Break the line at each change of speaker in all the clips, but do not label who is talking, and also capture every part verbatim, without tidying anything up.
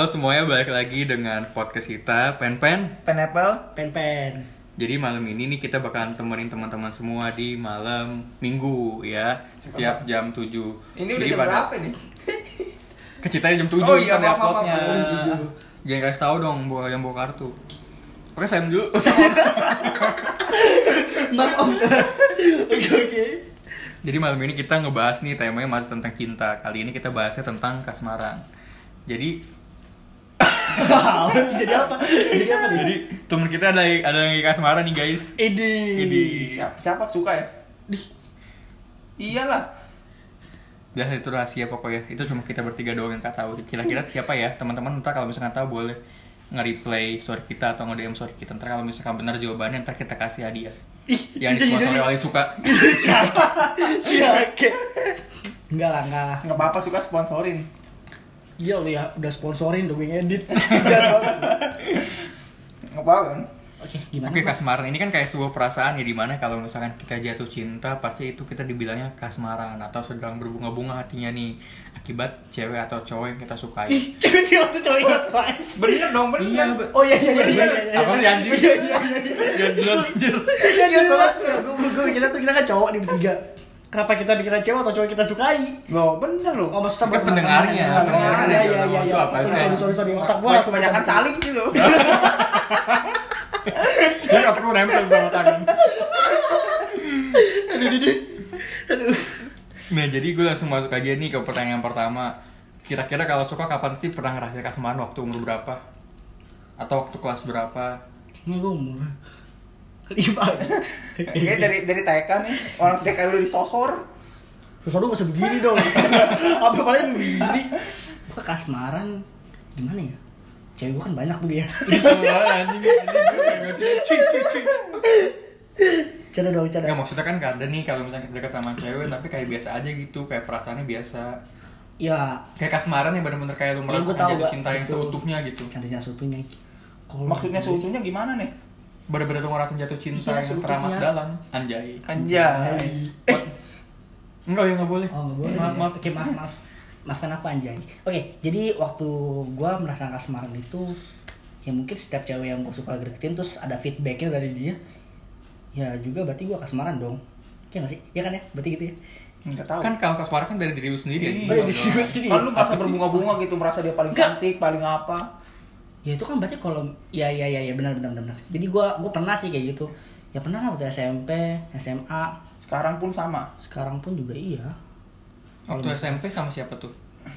Halo semuanya, balik lagi dengan podcast kita Pen Pen
Pineapple
Pen Pen.
Jadi malam ini nih kita bakalan temenin teman-teman semua di malam minggu ya. Setiap jam tujuh.
Ini udah
Jadi
jam
pada-
berapa nih?
Kecitanya jam tujuh
Oh iya,
kan
maaf, maaf,
uploadnya.
maaf.
Jangan kasih tahu dong buat yang bawa kartu. Oke, saya dulu.
Maaf. Oke oke.
Jadi malam ini kita ngebahas nih temanya masih tentang cinta. Kali ini kita bahasnya tentang kasmaran. Jadi
Jadi apa? Jadi apa nih?
jadi temen kita ada ada yang lagi kasmaran nih guys.
Ini.
Ini.
Siapa, siapa suka ya?
Dih.
Iyalah.
Udah itu rahasia pokoknya. Itu cuma kita bertiga doang yang tak tahu. Kira-kira siapa ya? Teman-teman ntar kalau misalkan tahu boleh nge-replay story kita atau nge-D M story kita. Ntar kalau misalkan benar jawabannya ntar kita kasih hadiah. Yang disponsori oleh Suka.
Siapa? Siapa? Enggak lah, enggak lah.
Nggak apa-apa suka sponsorin.
Gila lu ya, udah sponsorin, udah gue ngedit.
Nggak apa-apa kan?
Oke, gimana?
Oke,
Mas?
kasmaran ini kan kayak sebuah perasaan ya, dimana kalau misalkan kita jatuh cinta pasti itu kita dibilangnya kasmaran atau sedang berbunga-bunga hatinya nih akibat cewek atau cowok yang kita sukai.
Ih, cewek tuh cowok yang suka.
Bener dong, bener.
Iya, be-
Oh iya iya iya iya. iya.
apa sih anjing?
Iya iya iya.
Ya jelas anjir.
Iya iya jelas. Gue gue kita tuh kita kan cowok nih bertiga. Kenapa kita pikiran cewek atau cowok kita sukai?
Loh, bener loh.
Oh maksudnya
Kan pendengarnya,
pendengarnya.
pendengarnya
Iya iya iya
itu
iya.
apa sih?
Sorry sorry sorry otak gue langsung
Kebanyakan saling sih lo.
Jadi otak lu nempel sama tangan.
Aduh aduh. Aduh.
Nah, jadi gue langsung masuk aja nih ke pertanyaan pertama. Kira-kira kalau suka kapan sih pernah ngerasain kasmaran, waktu umur berapa? Atau waktu kelas berapa?
Ini gue umur lima.
Kayaknya dari dari T K nih. Orang T K udah disosor.
Terus lu gak usah begini dong. Apa paling begini? Gue kasmaran gimana ya? Cewek gue kan banyak tuh dia.
Semua anjing anjing. Cuy cuy cuy.
Canda dong, canda.
Nggak, maksudnya kan ada nih kalau misalnya kita dekat sama cewek tapi kayak biasa aja gitu, kayak perasaannya biasa.
Ya,
Kayak kasmaran yang bener-bener kayak lu
Ya, gua
merasakan
tahu,
jatuh
Mbak.
cinta yang
Itu.
seutuhnya gitu.
cantiknya seutuhnya. Kalau
Maksudnya seutuhnya gimana nih?
Bener-bener tuh ngerasain jatuh cinta
Iya,
yang
seutuhnya.
teramat dalam. Anjay.
Anjay. Eh,
Enggak, ya nggak boleh.
Oh, nggak boleh.
Maaf, maaf.
Oke, maaf, maaf. Maafkan aku anjay. Oke, jadi waktu gua merasa kasmaran itu ya mungkin setiap cewek yang gue suka deketin terus ada feedbacknya dari dia. Ya juga berarti gua kasmaran dong. Iya nggak sih? Iya kan ya? Berarti gitu ya.
Enggak tahu.
Kan kalau kasmaran kan dari diri lu sendiri.
Iya.
ya.
Oh, ya, di sini sendiri.
Kan lu merasa
Apa sih?
berbunga-bunga gitu, merasa dia paling
Enggak.
cantik, paling apa?
Ya itu kan berarti kalau ya ya ya ya benar benar benar. Jadi gua gua pernah sih kayak gitu. Ya pernah lah waktu S M P, S M A,
Sekarang pun sama.
sekarang pun juga iya.
Waktu S M P sama siapa tuh?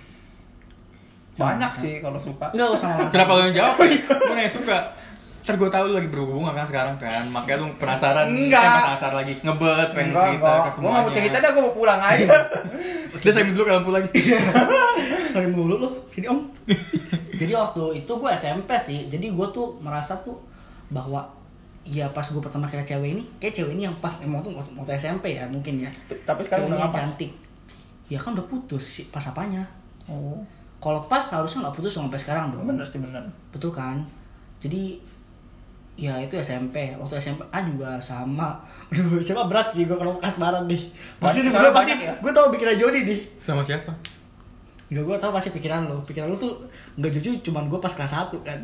Banyak sih kalau suka.
Enggak usah ngomong.
Kenapa lu yang jawab? Gue nanya suka. Ntar gue tau lu lagi berhubungan kan sekarang kan. Makanya lu penasaran.
Enggak.
Eh, penasaran lagi. Ngebet, pengen
Enggak,
cerita
enggak.
ke
Gua
semuanya.
nggak mau cerita dah, gua mau pulang aja.
Dia saya dulu kalau pulang.
Sorry mulu lu. Sini Om. Jadi waktu itu gue S M P sih. Jadi gue tuh merasa tuh bahwa ya pas gue pertama kali cewek ini, kayak cewek ini yang pas emang tuh waktu, waktu S M P ya mungkin ya.
Tapi sekarang
Cewek ini
udah
yang
nggak pas.
cantik. Ya kan udah putus sih pas apanya.
Oh,
Kalau pas harusnya nggak putus sampai sekarang dong.
bener sih bener.
Betul kan? Jadi ya itu S M P. Waktu S M P A juga sama. Aduh, siapa berat sih gue kalau kasmaran nih. Pasti
Banyak-
nih gue pasti
banyak ya?
gue tau pikiran Jody nih.
Sama siapa?
Enggak, gue tau pasti pikiran lo. Pikiran lo tuh nggak jujur cuman gue pas kelas satu kan.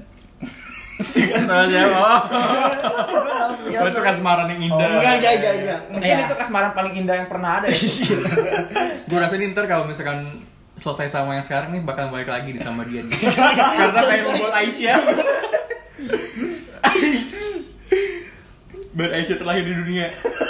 Sama siapa? Oh, itu kasmaran yang indah.
Oh, enggak, enggak, enggak, enggak.
Mungkin
Ya.
itu kasmaran paling indah yang pernah ada ya.
Gue rasa nih ntar kalau misalkan selesai sama yang sekarang nih bakal balik lagi nih sama dia nih. Karena kayak membuat Aisyah. Biar Aisyah terlahir di dunia.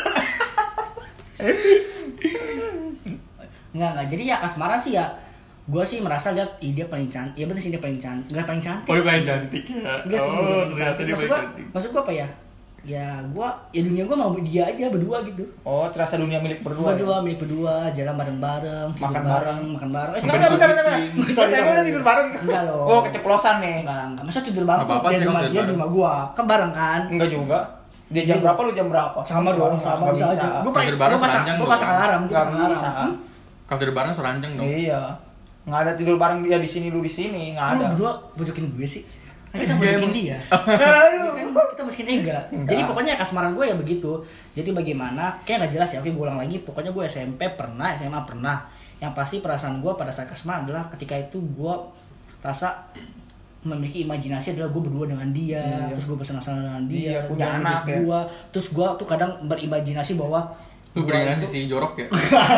Enggak, enggak. Jadi ya kasmaran sih ya. Gue sih merasa lihat ih, dia paling cantik. Iya bener sih dia paling cantik. Enggak paling cantik.
Oh, dia
sih.
paling cantik ya.
Enggak sih, dia
Oh,
paling
ternyata
cantik.
dia
Maksud
paling
gua,
cantik.
maksud gua apa ya? Ya gua, ya dunia gua mau dia aja berdua gitu.
Oh, terasa dunia milik berdua.
Berdua,
ya?
milik berdua, jalan bareng-bareng, tidur
Makan
bareng,
bareng.
makan bareng. Eh,
Enggak, enggak, bentar, bentar, bentar.
Sorry,
Sorry,
sorry.
udah tidur bareng.
Enggak dong.
Oh, keceplosan nih.
Enggak, enggak. Masa tidur bareng
Nggak
tuh
apa-apa
dia
sih
di
kalau
rumah
tidur
dia di
bareng.
rumah gua. Kan bareng kan?
Enggak juga. Dia jam
Iya.
berapa, lu jam berapa?
Sama dong, sama
Nggak
bisa aja. Gua paling
Tidur bareng
gua pasang,
seranjang
gua
dong.
pasang alarm, gua
Nggak
pasang alarm.
bisa.
Hmm?
Kalau tidur bareng seranjang dong.
Iya. Nggak ada tidur bareng dia di sini, lu di sini, nggak
Kan lu
ada.
berdua bojokin gue sih. Kan kita
Iya,
bojokin
emang.
dia.
Aduh.
Kan kita bojokin Ega.
Enggak.
Jadi pokoknya kasmaran gue ya begitu. Jadi bagaimana? Kayak nggak jelas ya. Oke, gue ulang lagi. Pokoknya gue S M P pernah, S M A pernah. Yang pasti perasaan gue pada saat kasmaran adalah ketika itu gue rasa memiliki imajinasi adalah gue berdua dengan dia,
iya.
terus gue bersenang-senang dengan dia,
Iya, punya
dia
anak, ya.
gua. Terus gue tuh kadang berimajinasi bahwa
Lu
gua
berenang
itu-
sih jorok ya.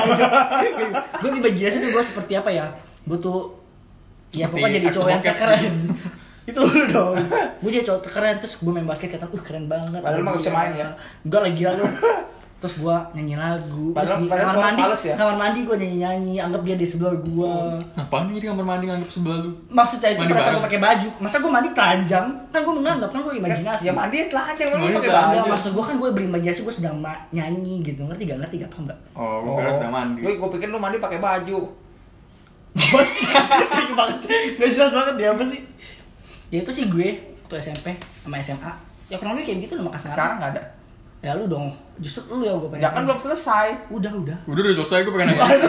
gue imajinasi tuh gue seperti apa ya, gue tuh ya
Seperti
pokoknya jadi
aktor
cowok yang
bokep
keren
gitu.
itu dulu dong, gue jadi cowok keren, terus gue main basket kata uh keren banget
Padahal mah gak bisa main ya.
gue lagi lagu terus gue nyanyi lagu, terus
Padahal-
di
padahal
kamar
suara
mandi
fals ya?
kamar mandi gue nyanyi nyanyi anggap dia di sebelah gue.
Apaan nih di kamar mandi nganggep sebelah lu?
Maksudnya itu
Mandi
pada saat
bareng.
gue pakai baju, masa gue mandi telanjang? Kan gue menganggap, kan gue imajinasi.
Ya mandi telanjang lu
Mandi
pakai
telanjang.
baju.
Enggak, maksud gue kan gue berimajinasi gue sedang ma- nyanyi gitu, ngerti gak? Ngerti gak paham gak?
Oh, gua kira sedang mandi.
Gue gue pikir lu mandi pakai baju.
Apa sih? Gak banget, gak jelas banget dia apa sih? Ya itu sih gue, tuh S M P sama S M A. Ya kurang lebih kayak gitu loh makasih.
Sekarang enggak ada.
Ya lu dong, justru lu yang gue pengen.
Ya kan belum selesai.
Udah, udah.
Udah udah selesai gua pengen nanya.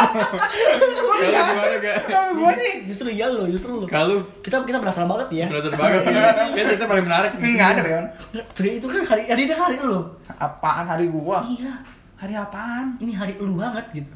Kalau gimana gak?
Kalau gue sih
Justru iya lo, justru lu.
Kalau
Kita kita penasaran banget ya.
belajar banget ya. Ya cerita paling menarik.
enggak ada, Beon.
Nggak, itu kan hari hari ini hari lu.
Apaan hari gua?
Iya,
Hari apaan?
ini hari lu banget gitu.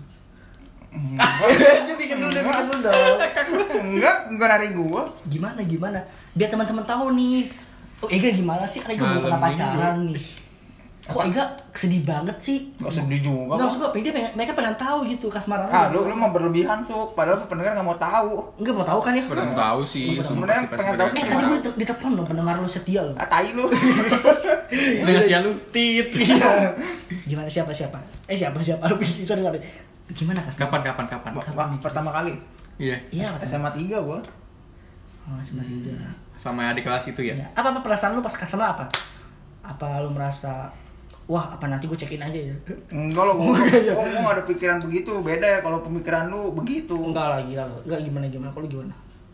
Dia bikin dulu, dia bikin dulu dong. Enggak, bukan hari gua.
Gimana gimana biar teman-teman tahu nih, oh Ega gimana sih, karena Ega belum
Malam
pernah pacaran nih. Kok Ega sedih banget sih?
Enggak sedih juga.
Nggak, maksud gue, dia pengen, mereka pengen tahu gitu kasmaran
Ah, lu lu mau berlebihan, Suk. Padahal pendengar enggak mau tahu.
Enggak mau tahu kan ya?
Pernah tahu sih.
Pernah.
semua
Sebenarnya
pasti-
pengen
pasti
tahu
Eh
pengen
tadi gue di, di telepon dong pendengar lu setia lo.
Ah, tai lu.
Udah ngasih ya lu.
Tit. Gimana siapa siapa? Eh siapa siapa? Sorry sorry. Gimana kas?
Kapan kapan kapan?
Wah, wah, pertama kali
Iya.
Iya.
S M A tiga gua.
Oh sebenarnya.
Sama adik kelas itu ya.
Ya. Apa apa perasaan lu pas kasmaran apa? Apa lu merasa wah apa nanti gue cekin aja ya?
Enggak lo, gua, gua, gua gak ada pikiran begitu. Beda ya kalau pemikiran lu begitu.
Enggak lah gila lo. Enggak gimana gimana kalau gimana?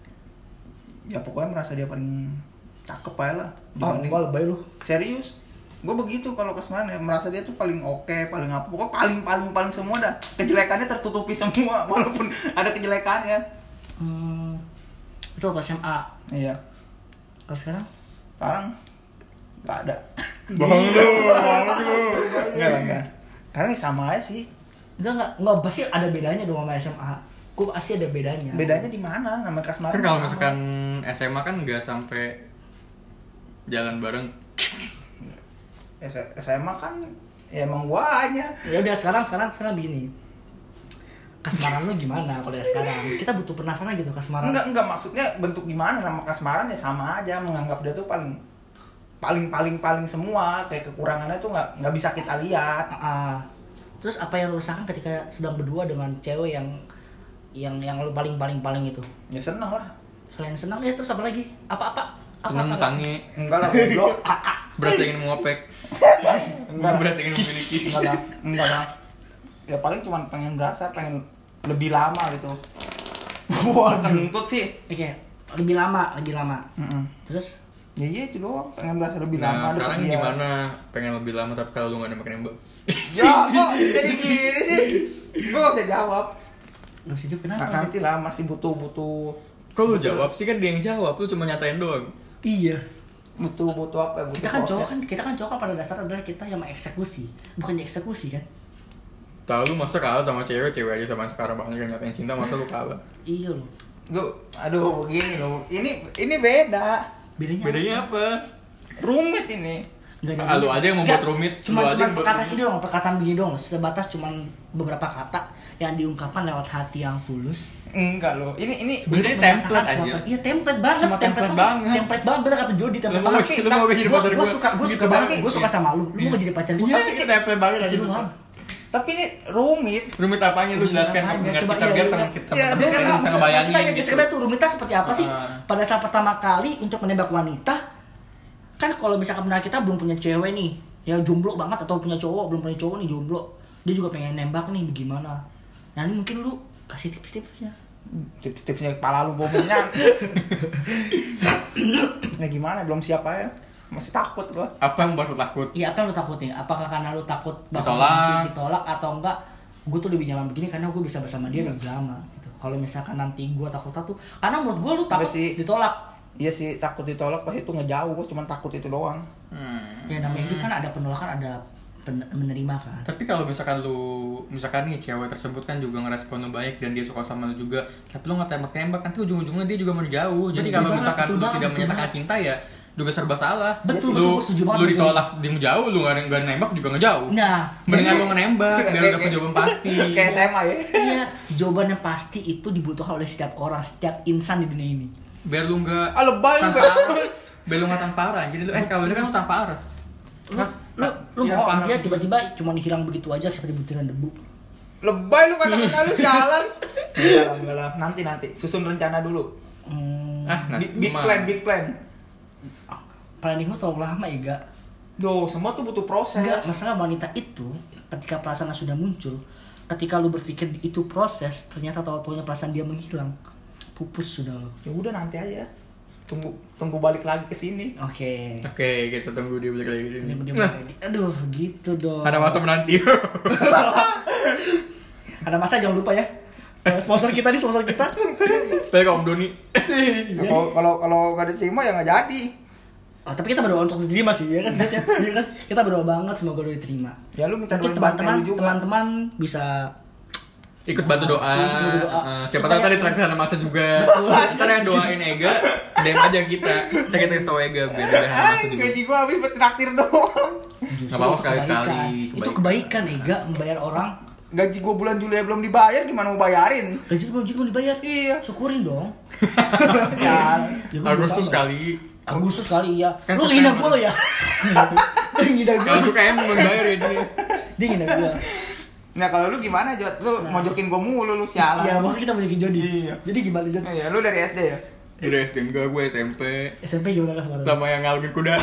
Ya pokoknya merasa dia paling cakep aja lah.
Oh,
Dibanding-
enggak lebay lu.
Serius. Gue begitu kalau kasmaran ya, merasa dia tuh paling oke, paling apa. Pokoknya paling paling paling semua dah. Kejelekannya tertutupi semua walaupun ada kejelekannya.
Hmm, itu waktu S M A.
Iya.
Kalau sekarang?
Sekarang enggak ada.
Bohong lu, bohong lu.
Enggak lah, enggak. Karena sama aja sih.
Enggak enggak enggak pasti ada bedanya dong sama S M A. Gue pasti ada bedanya.
Bedanya di mana? Nama kasmaran.
Kan kalau
sama.
misalkan S M A kan nggak sampai jalan bareng.
S- SMA kan ya emang gua aja.
Ya udah sekarang sekarang sekarang begini. Kasmaran lu gimana kalau ya sekarang? Kita butuh penasaran gitu kasmaran.
Enggak, enggak maksudnya bentuk gimana nama kasmaran ya sama aja, menganggap dia tuh paling paling paling paling semua, kayak kekurangannya tuh nggak nggak bisa kita lihat.
Ah, terus apa yang lu rasakan ketika sedang berdua dengan cewek yang yang yang lu paling paling paling itu?
Ya seneng lah.
Selain senang ya terus apa lagi? Apa apa? Apa,
Seneng
apa?
sange,
Enggak lah, goblok.
berasa ingin mengopek,
Enggak lah.
berasa ingin memiliki.
Enggak lah, enggak lah. Ya paling cuma pengen berasa, pengen lebih lama gitu.
Waduh.
Kentut sih.
Oke, lebih lama, lebih lama.
Mm-mm.
Terus
Ya iya itu doang, pengen berasa lebih lama.
Nah
deket
sekarang
dia.
gimana? Pengen lebih lama tapi kalau lu nggak nembak nembak.
Ya kok jadi gini sih? Gua gak bisa jawab.
nggak bisa jawab
Nah,
kenapa?
nanti lah masih butuh butuh
Kok lu jawab sih, kan dia yang jawab, lu cuma nyatain doang.
Iya.
butuh butuh apa ya? Butuh
Kita kan
proses.
cowok kan, kita kan cowok kan pada dasarnya adalah kita yang mengeksekusi, bukan dieksekusi kan?
Tahu lu masa kalah sama cewek, cewek aja sama sekarang banyak yang nyatain cinta, masa lu kalah?
Iya loh.
Gua, aduh begini loh. Ini ini beda.
Bedanya,
Bedanya apa?
Rumit ini.
Nggak ada
Ah, lu
bedanya.
aja yang membuat
Nggak,
rumit,
Cuma
lu aja
cuma
yang buat
perkataan
rumit.
ini dong, perkataan begini dong, sebatas cuma beberapa kata yang diungkapkan lewat hati yang tulus.
Enggak loh. Ini ini
Sebenarnya
Untuk
template
menyatakan
aja.
suatu- Iya template banget,
Cuma template banget.
Template banget, bener kata Jody, template
Lu mau
banget.
lu mau jadi
Gua,
pacar
gua
gua?
suka, gua
Gitu
suka banget,
banget.
gua suka sama lu. Lu mau jadi pacar gua?
Iya,
Tapi
ini template banget aja.
gitu doang.
tapi ini rumit.
Rumit apanya lu
Rumit
jelaskan
apanya?
pendengar
Coba,
kita
iya,
biar
iya.
teman kita
Iya,
teman
dia
kita
kan
bisa
Kita
ngebayangin
yang
gitu.
sebenarnya tuh rumitnya seperti apa sih?
Ah.
Pada saat pertama kali untuk menembak wanita, kan kalau misalkan benar kita belum punya cewek nih, ya jomblo banget atau punya cowok belum punya cowok nih jomblo, dia juga pengen nembak nih, bagaimana? Nah ini mungkin lu kasih tips-tipsnya.
Tips-tipsnya kepala lu bau minyak. Ya gimana? Belum siap aja. Masih takut gua.
Apa yang buat lu takut?
Iya, apa yang lu takut nih? Apakah karena lu takut bakal
Ditolak.
nanti ditolak atau enggak? Gue tuh lebih nyaman begini karena gue bisa bersama dia lebih lama gitu. Kalau misalkan nanti gue takut tuh, karena menurut gue lu takut
Enggak sih.
ditolak.
Iya sih, takut ditolak pas itu ngejauh. Gua cuma takut itu doang.
Hmm.
Ya namanya itu kan ada penolakan, ada pen- menerima kan.
Tapi kalau misalkan lu, misalkan nih cewek tersebut kan juga ngerespon lu baik dan dia suka sama lu juga, tapi lu nggak tembak-tembak, nanti ujung-ujungnya dia juga mau jauh. Jadi
Betul
kalau
banget,
misalkan
betul
lu
banget,
tidak
betul
menyatakan
banget.
cinta ya juga serba salah.
Betul,
lu,
betul, gua setuju banget,
lu
betul.
ditolak dia mau jauh, lu nggak nggak nembak juga nggak jauh.
Nah,
Mendingan
jadi-
lu nembak biar lu dapet jawaban pasti.
Kayak S M A ya.
Iya, jawaban yang pasti itu dibutuhkan oleh setiap orang, setiap insan di dunia ini.
Biar lu nggak
Ah, lebay lu,
tanpa
Bang.
arah. Biar lu nggak tanpa arah. Jadi lu eh kalau ini kan lu tanpa arah.
Lu,
Hah?
lu, lu
Iya,
mau
parah.
dia tiba-tiba cuma hilang begitu aja seperti butiran debu.
Lebay lu kata-kata lu jalan. Enggak lah, enggak lah. Nanti nanti susun rencana dulu.
Hmm,
Ah, nanti
Big, big
mah.
plan, big plan.
planning lu terlalu lama ya, Ga?
Duh, semua tuh butuh proses.
Enggak, masalah wanita itu ketika perasaan sudah muncul, ketika lu berpikir itu proses, ternyata tahu-taunya perasaan dia menghilang. Pupus sudah lo.
Ya udah nanti aja. Tunggu tunggu balik lagi ke sini.
Oke.
Oke, kita tunggu dia balik lagi
Ini
sini.
dia
Nah,
lagi. Aduh, gitu dong.
ada masa menanti.
Ada masa jangan lupa ya. Sponsor kita nih, sponsor kita.
Baik Om Doni.
Ya, Kalau kalau kalau nggak diterima ya nggak jadi.
Oh, tapi kita berdoa untuk diterima sih, ya kan? Iya kan? Kita berdoa banget semoga lu diterima.
Ya lu minta
Mungkin
tolong bantai
teman-teman
lu juga.
teman-teman bisa
Ikut bantu doa.
Ikut bantu doa.
Eh, siapa
Supaya-
tahu tadi terakhir ada masa juga. Ntar yang doain Ega, D M aja kita. Kita kita kasih tahu Ega biar dia ada masa
Ay,
juga.
gaji gua habis buat traktir doang.
justru
Nggak apa-apa
itu
sekali-sekali,
kebaikan. Itu
kebaikan.
kebaikan, Ega, membayar orang.
Gaji gua bulan Juli belum dibayar, gimana mau bayarin?
Gaji belum belum dibayar.
Iya.
Syukurin dong.
Ya.
Ya, gua juga
Agustus
sama.
kali.
Agustus kali ya.
Sekarang
Lu ngina
September.
gua lo ya. Dia ngina gua.
Kalau suka emang belum bayar ya dia.
Dia ngina gua.
Nah kalau lu gimana Jod? Lu mojokin gua mulu lu sialan.
Iya, makanya kita menjadi Jody.
Iya.
Jadi gimana Jod?
Iya, lu dari S D ya?
Udah S D enggak, gue S M P
S M P gimana kan kemarin?
sama yang ngalungin kuda.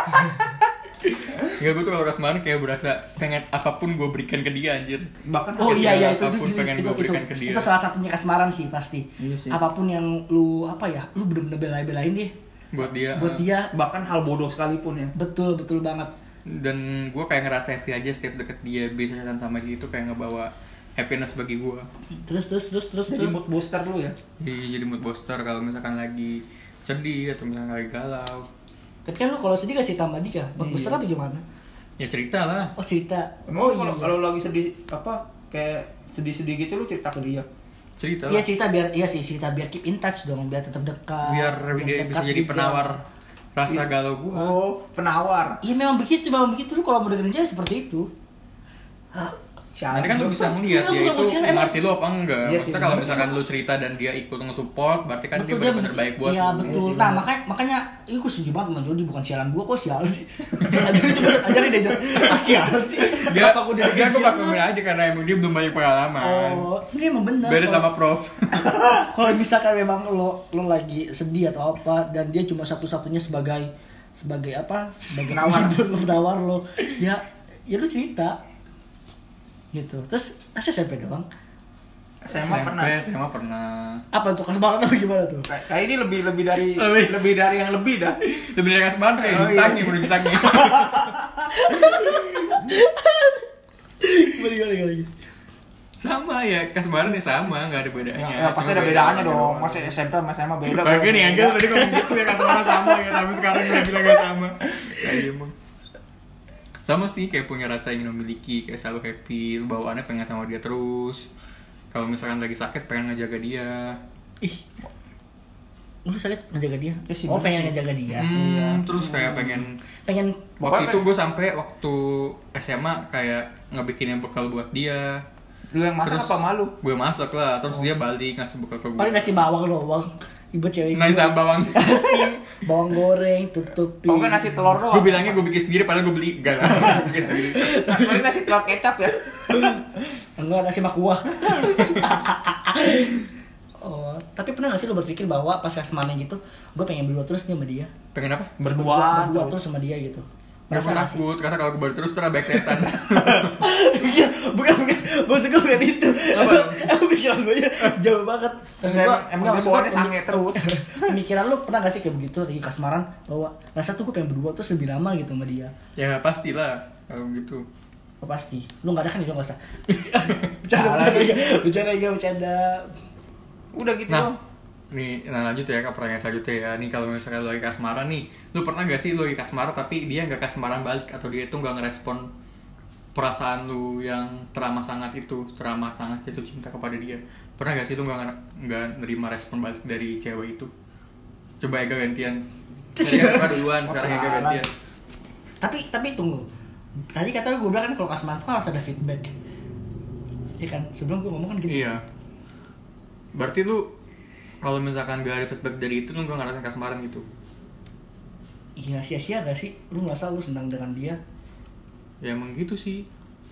Enggak, gue tuh kalau kasmaran kayak berasa pengen apapun gue berikan ke dia anjir.
Bahkan
Oh iya iya itu itu,
apapun
itu,
pengen
itu,
gua
itu,
berikan ke dia.
itu salah satunya kasmaran sih pasti.
Iya sih.
Apapun yang lu apa ya, lu bener-bener bela-belain dia.
Buat dia.
Buat
eh,
dia
bahkan hal bodoh sekalipun ya.
betul betul banget.
Dan gue kayak ngerasa happy aja setiap deket dia, bisa chatan sama dia itu kayak ngebawa happiness bagi gue.
Terus terus terus terus
Jadi
terus.
mood booster lu ya.
Iya, jadi mood booster kalau misalkan lagi sedih atau misalkan lagi galau.
Tapi kan lu kalau sedih gak cerita sama dia, bang
Iya.
besar apa gimana?
Ya cerita lah.
Oh cerita.
Emang
Oh
kalau
iya.
kalau lagi sedih apa kayak sedih-sedih gitu lu cerita ke dia.
Cerita
Iya
lah.
cerita biar iya sih cerita biar keep in touch dong, biar tetap dekat.
Biar dia bisa
dekat
jadi
juga.
penawar rasa galau gue.
Oh, penawar.
Iya memang begitu, memang begitu lu kalau mau dengerin cewek seperti itu.
Nanti kan lu bisa melihat
Iya,
dia
bukan
itu
kasihan, emang.
mengerti lu apa enggak.
Iya
Maksudnya
sih,
kalau
bener.
misalkan lu cerita dan dia ikut nge-support, berarti kan
Betul,
dia
dia
benar
begitu.
terbaik buat
Iya
lu.
betul.
Iya sih,
Nah
bener.
makanya makanya, ih gue setuju banget sama Jody, bukan sialan gua kok sialan sih. Ajarin coba ajarin deh Jody. Ah sialan sih.
Dia,
Kenapa gua
dia
dengerin
gue
sialan?
pakai aja karena emang dia belum banyak pengalaman.
Oh, ini emang benar.
Beda
Kalau-
sama Prof.
Kalau misalkan memang lo lo lagi sedih atau apa dan dia cuma satu-satunya sebagai sebagai apa? Sebagai
Penawar.
penghibur lo, penawar lo. Ya, ya lu cerita. Gitu. Terus masih S M P doang.
S M A pernah.
S M A pernah.
Apa tuh kesempatan apa gimana tuh?
Kayak kayak ini lebih lebih dari
Lebih.
lebih dari yang lebih dah.
Lebih dari kasmaran kayak
Oh, iya.
sange, udah sange.
Gimana gimana gimana.
Sama ya, kasmaran ya sama, nggak ada bedanya.
Ya, pasti
Cuma
ada
beda
bedanya
orangnya
dong.
doang.
Masa S M P sama S M A beda.
Bagi nih,
beda.
Angel tadi ngomong gitu ya, kasmaran sama ya, tapi sekarang gue bilang gak sama. Kayak emang. Sama sih, kayak punya rasa ingin memiliki, kayak selalu happy, lu bawaannya pengen sama dia terus. Kalau misalkan lagi sakit, pengen ngejaga dia.
Ih. Lu sakit ngejaga dia?
Ya sih,
Oh,
bener
pengen
sih.
ngejaga dia.
Hmm,
Iya.
terus kayak pengen
Pengen
waktu
Pokoknya
itu gue sampai waktu S M A kayak ngebikinin bekal buat dia.
Lu yang masak
Terus
apa malu?
gue masak lah, terus dia balik ngasih bekal ke gue.
paling nasi bawang doang. Ibu cewek
Nasi sama bawang.
Nasi, bawang goreng, tutupin.
Oh kan nasi telur doang.
Gue bilangnya gue bikin sendiri, padahal gue beli enggak lah. Bikin sendiri.
Paling nasi telur kecap ya.
Enggak, nasi sama kuah. Oh, tapi pernah gak sih lo berpikir bahwa pas kasmaran gitu, gue pengen berdua terus nih sama dia?
Pengen apa?
Berdua.
berdua terus sama dia gitu.
Gue
Merasa gak sih?
takut, karena kalau gue baru terus terus baik setan.
Iya, bukan bukan. Maksud gue bukan itu.
Apa dong?
Emang pikiran gue ya jauh banget. Maksud
Emang-
gua,
emang
enggak,
dia
maksud gua
bawaannya sange
pemik-
terus.
Pemikiran lu pernah gak sih kayak begitu lagi kasmaran bahwa rasa tuh gue pengen berdua terus lebih lama gitu sama dia?
Ya pastilah kalau gitu.
Oh, pasti. Lu gak ada kan itu gak usah. Bercanda, bercanda, bercanda, bercanda, bercanda.
Udah gitu
Nah,
dong.
nih, nah lanjut ya ke pertanyaan selanjutnya ya. Nih kalau misalkan lu lagi kasmaran nih, lu pernah gak sih lu lagi kasmaran tapi dia nggak kasmaran balik atau dia tuh nggak ngerespon perasaan lu yang teramat sangat itu, teramat sangat jatuh cinta kepada dia. Pernah gak sih lu nggak nggak nerima respon balik dari cewek itu? Coba Ega gantian. Tadi kan duluan, sekarang Ega gantian.
Tapi tapi tunggu. Tadi kata gue bilang kan kalau kasmaran tuh harus ada feedback. Iya kan? Sebelum gue ngomong kan gitu.
Iya. Berarti lu kalau misalkan gak ada feedback dari itu lu gak ngerasain kasmaran gitu?
Iya, sia-sia gak sih? Lu ngerasa lu senang dengan dia?
Ya emang gitu sih.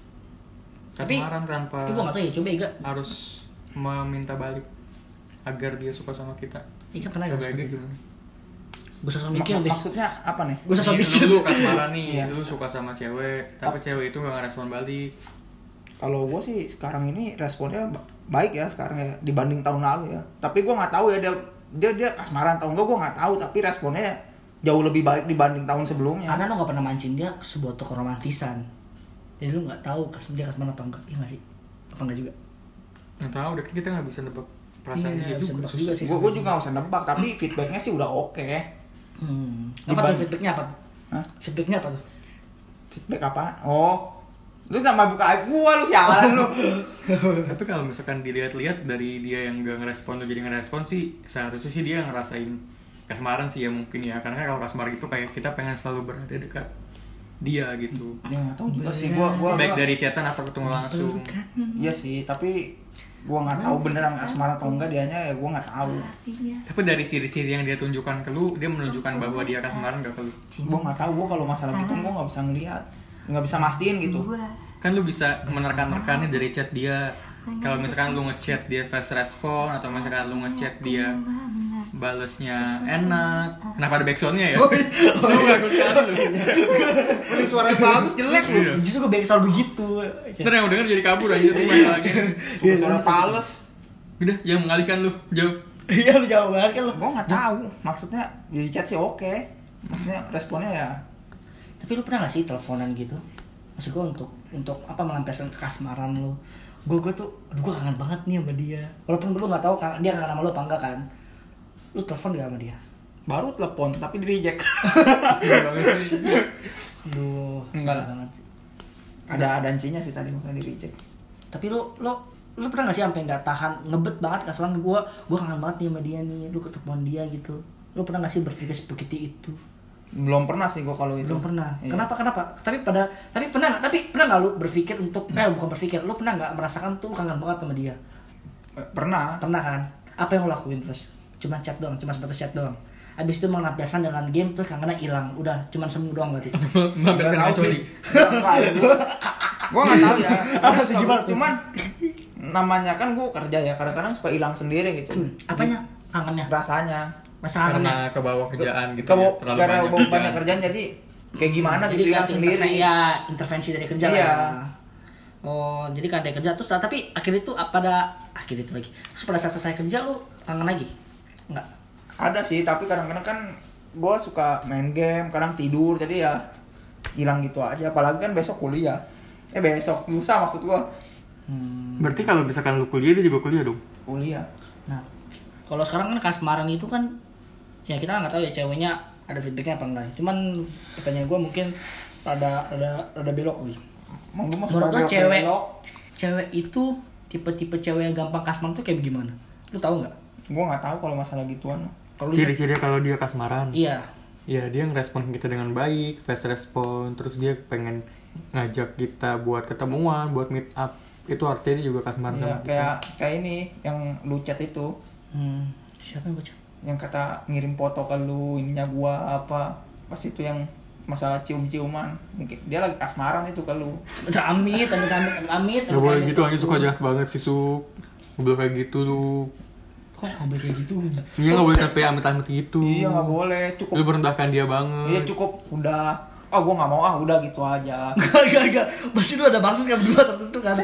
Tapi-
Kasmaran tanpa
Tapi gue gak tau ya, coba Ega.
harus meminta balik agar dia suka sama kita.
Ega pernah gak
Coba Ega
seperti itu?
gimana?
Gue sosok
Mak-
mikir deh.
maksudnya apa nih?
Gue sosok
Nih,
mikir.
lu, lu kasmaran nih,
Iya.
lu suka sama cewek, tapi cewek itu gak ngerespon balik.
Kalau gue sih sekarang ini responnya ba- baik ya sekarang ya dibanding tahun lalu ya. Tapi gue nggak tahu ya dia dia dia kasmaran atau enggak, gue nggak tahu. Tapi responnya jauh lebih baik dibanding tahun sebelumnya.
Karena lu gak pernah mancing dia ke sebuah toko romantisan. Jadi lu gak tahu kas dia kasmaran apa enggak. Iya gak sih? Apa enggak juga?
Nggak tahu, deh, kita nggak bisa nebak perasaan
Iya,
dia
bisa
juga.
nebak juga sih.
Gue gue juga nggak usah nebak. Tapi feedbacknya sih udah oke.
Hmm. Apa tuh
Dibanding-
feedbacknya apa?
Hah?
Feedbacknya apa tuh?
Feedback apa? Oh, lu sama buka aib gue lu sialan lu.
Tapi kalau misalkan dilihat-lihat dari dia yang gak ngerespon tuh jadi ngerespon sih, seharusnya sih dia ngerasain kasmaran sih ya mungkin ya. Karena kalau kasmaran itu kayak kita pengen selalu berada dekat dia gitu.
Ya nggak tahu juga sih gue gue.
Baik dari chatan atau ketemu langsung.
Iya sih, tapi gue nggak tahu beneran kasmaran atau enggak dianya ya gue nggak tahu.
Tapi dari ciri-ciri yang dia tunjukkan ke lu, dia menunjukkan bahwa dia kasmaran gak ke lu.
Gue nggak tahu. Gue kalau masalah gitu gue nggak bisa ngelihat, nggak bisa mastiin gitu.
Kan lu bisa menerkan-nerkannya dari chat dia. Kalau misalkan lu ngechat dia fast respon, atau misalkan lu ngechat dia balesnya enak. Kenapa ada backsoundnya ya? Lu bagus sekali lu.
Mending suara bagus jelek lu.
Iya.
Justru gue selalu begitu.
Ntar yang denger jadi kabur aja tuh masalahnya.
Iya,
Suara
lanjut,
pales.
Udah, yang mengalihkan lu, jauh.
Iya lu jauh banget kan lu.
Gue nggak tahu. Maksudnya jadi chat sih oke. Maksudnya responnya ya.
Tapi lu pernah gak sih teleponan gitu? Maksud gue untuk untuk apa melampiaskan kekasmaran lu? Gue gue tuh, aduh gue kangen banget nih sama dia. Walaupun lu nggak tahu kan- dia kangen sama lu apa enggak kan? Lu telepon gak sama dia?
Baru telepon tapi di reject.
Aduh,
Enggak.
sedih banget sih.
ada ada ancinya sih tadi makanya di reject.
Tapi lu lu lu pernah gak sih sampai nggak tahan ngebet banget kasuran gue gue kangen banget nih sama dia nih, lu ketemuan dia gitu. Lu pernah gak sih berpikir seperti itu?
Belum pernah sih gue kalau itu.
Belum pernah.
Iya.
Kenapa kenapa? Tapi pada tapi pernah nggak? Tapi pernah nggak lu berpikir untuk eh bukan berpikir, lu pernah nggak merasakan tuh lu kangen banget sama dia?
Eh, Pernah.
Pernah kan? Apa yang lo lakuin terus? Cuma chat doang, cuma sebatas chat doang. Abis itu melampiaskan dengan game terus kangennya hilang. Udah, cuma semu doang berarti.
Mampir
Nggak
kan
tahu
kecuali.
sih. Gue nggak tahu ya.
Apa sih, gimana tuh?
Cuman namanya kan gue kerja ya, kadang-kadang suka hilang sendiri gitu.
Apanya? Kangennya?
Rasanya.
Masa kangennya?
Karena ke bawah kerjaan gitu
Kalau
ya, terlalu
karena
banyak
banyak,
kerjaan.
kerjaan jadi kayak gimana
Jadi
gitu hilang
kayak
sendiri.
interve- Ya, intervensi dari kerja
Iya.
lah ya. Oh, jadi kan ada kerja terus tapi akhirnya itu pada akhir itu lagi. Terus pada saat selesai kerja lu kangen lagi? Enggak.
Ada sih, tapi kadang-kadang kan gue suka main game, kadang tidur, jadi ya hilang gitu aja. Apalagi kan besok kuliah. Eh besok, lusa maksud gue.
Hmm.
Berarti kalau misalkan lu kuliah, dia juga kuliah dong?
Kuliah.
Nah, kalau sekarang kan kasmaran itu kan ya kita nggak tahu ya ceweknya ada feedbacknya apa enggak. Cuman pertanyaan gue mungkin ada ada ada belok nih.
Emang lu mau
Menurut
suka
lo cewek
belok-belok?
cewek itu tipe-tipe cewek yang gampang kasmaran tuh kayak gimana? Lu tahu nggak?
Gue nggak tahu kalau masalah gituan.
Kalau lu
Ciri-ciri kalau dia kasmaran.
iya.
Ya dia ngerespon kita dengan baik, fast respon, terus dia pengen ngajak kita buat ketemuan, buat meet up. Itu artinya dia juga kasmaran
Iya,
sama kita.
kayak kayak ini yang lu chat itu,
Hmm, siapa yang baca?
yang kata ngirim foto ke lu ininya gua apa pas itu yang masalah cium-ciuman, mungkin dia lagi kasmaran itu ke lu.
Amit, amit, amit, amit.
Gak boleh gitu, aja suka jahat banget sih, Suk. Gak boleh kayak gitu lu.
Kok nggak boleh kayak gitu?
Iya gak boleh sampai amit-amit gitu.
Iya nggak boleh, cukup.
Lu merendahkan dia banget.
Iya cukup, udah. Oh gua nggak mau ah, udah gitu aja.
Gak, gak, gak. Pasti lu ada maksud kan berdua tertentu kan.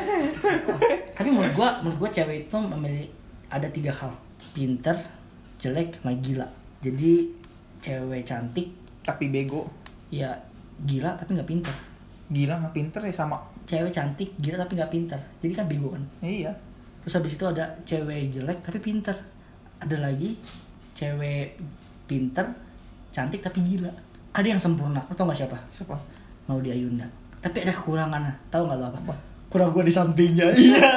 Tapi menurut gua, menurut gua cewek itu memilih ada tiga hal. Pinter, jelek, sama gila. Jadi cewek cantik,
Tapi bego,
ya gila tapi nggak pinter.
gila nggak pinter ya sama.
Cewek cantik, gila tapi nggak pinter. Jadi kan bego kan.
Iya.
Terus habis itu ada cewek jelek tapi pinter. Ada lagi cewek pinter, cantik tapi gila. Ada yang sempurna. Lo tau gak siapa?
Siapa?
Maudy Ayunda. Tapi ada kekurangannya. Tahu nggak lo apa? Kurang gue di sampingnya. Iya.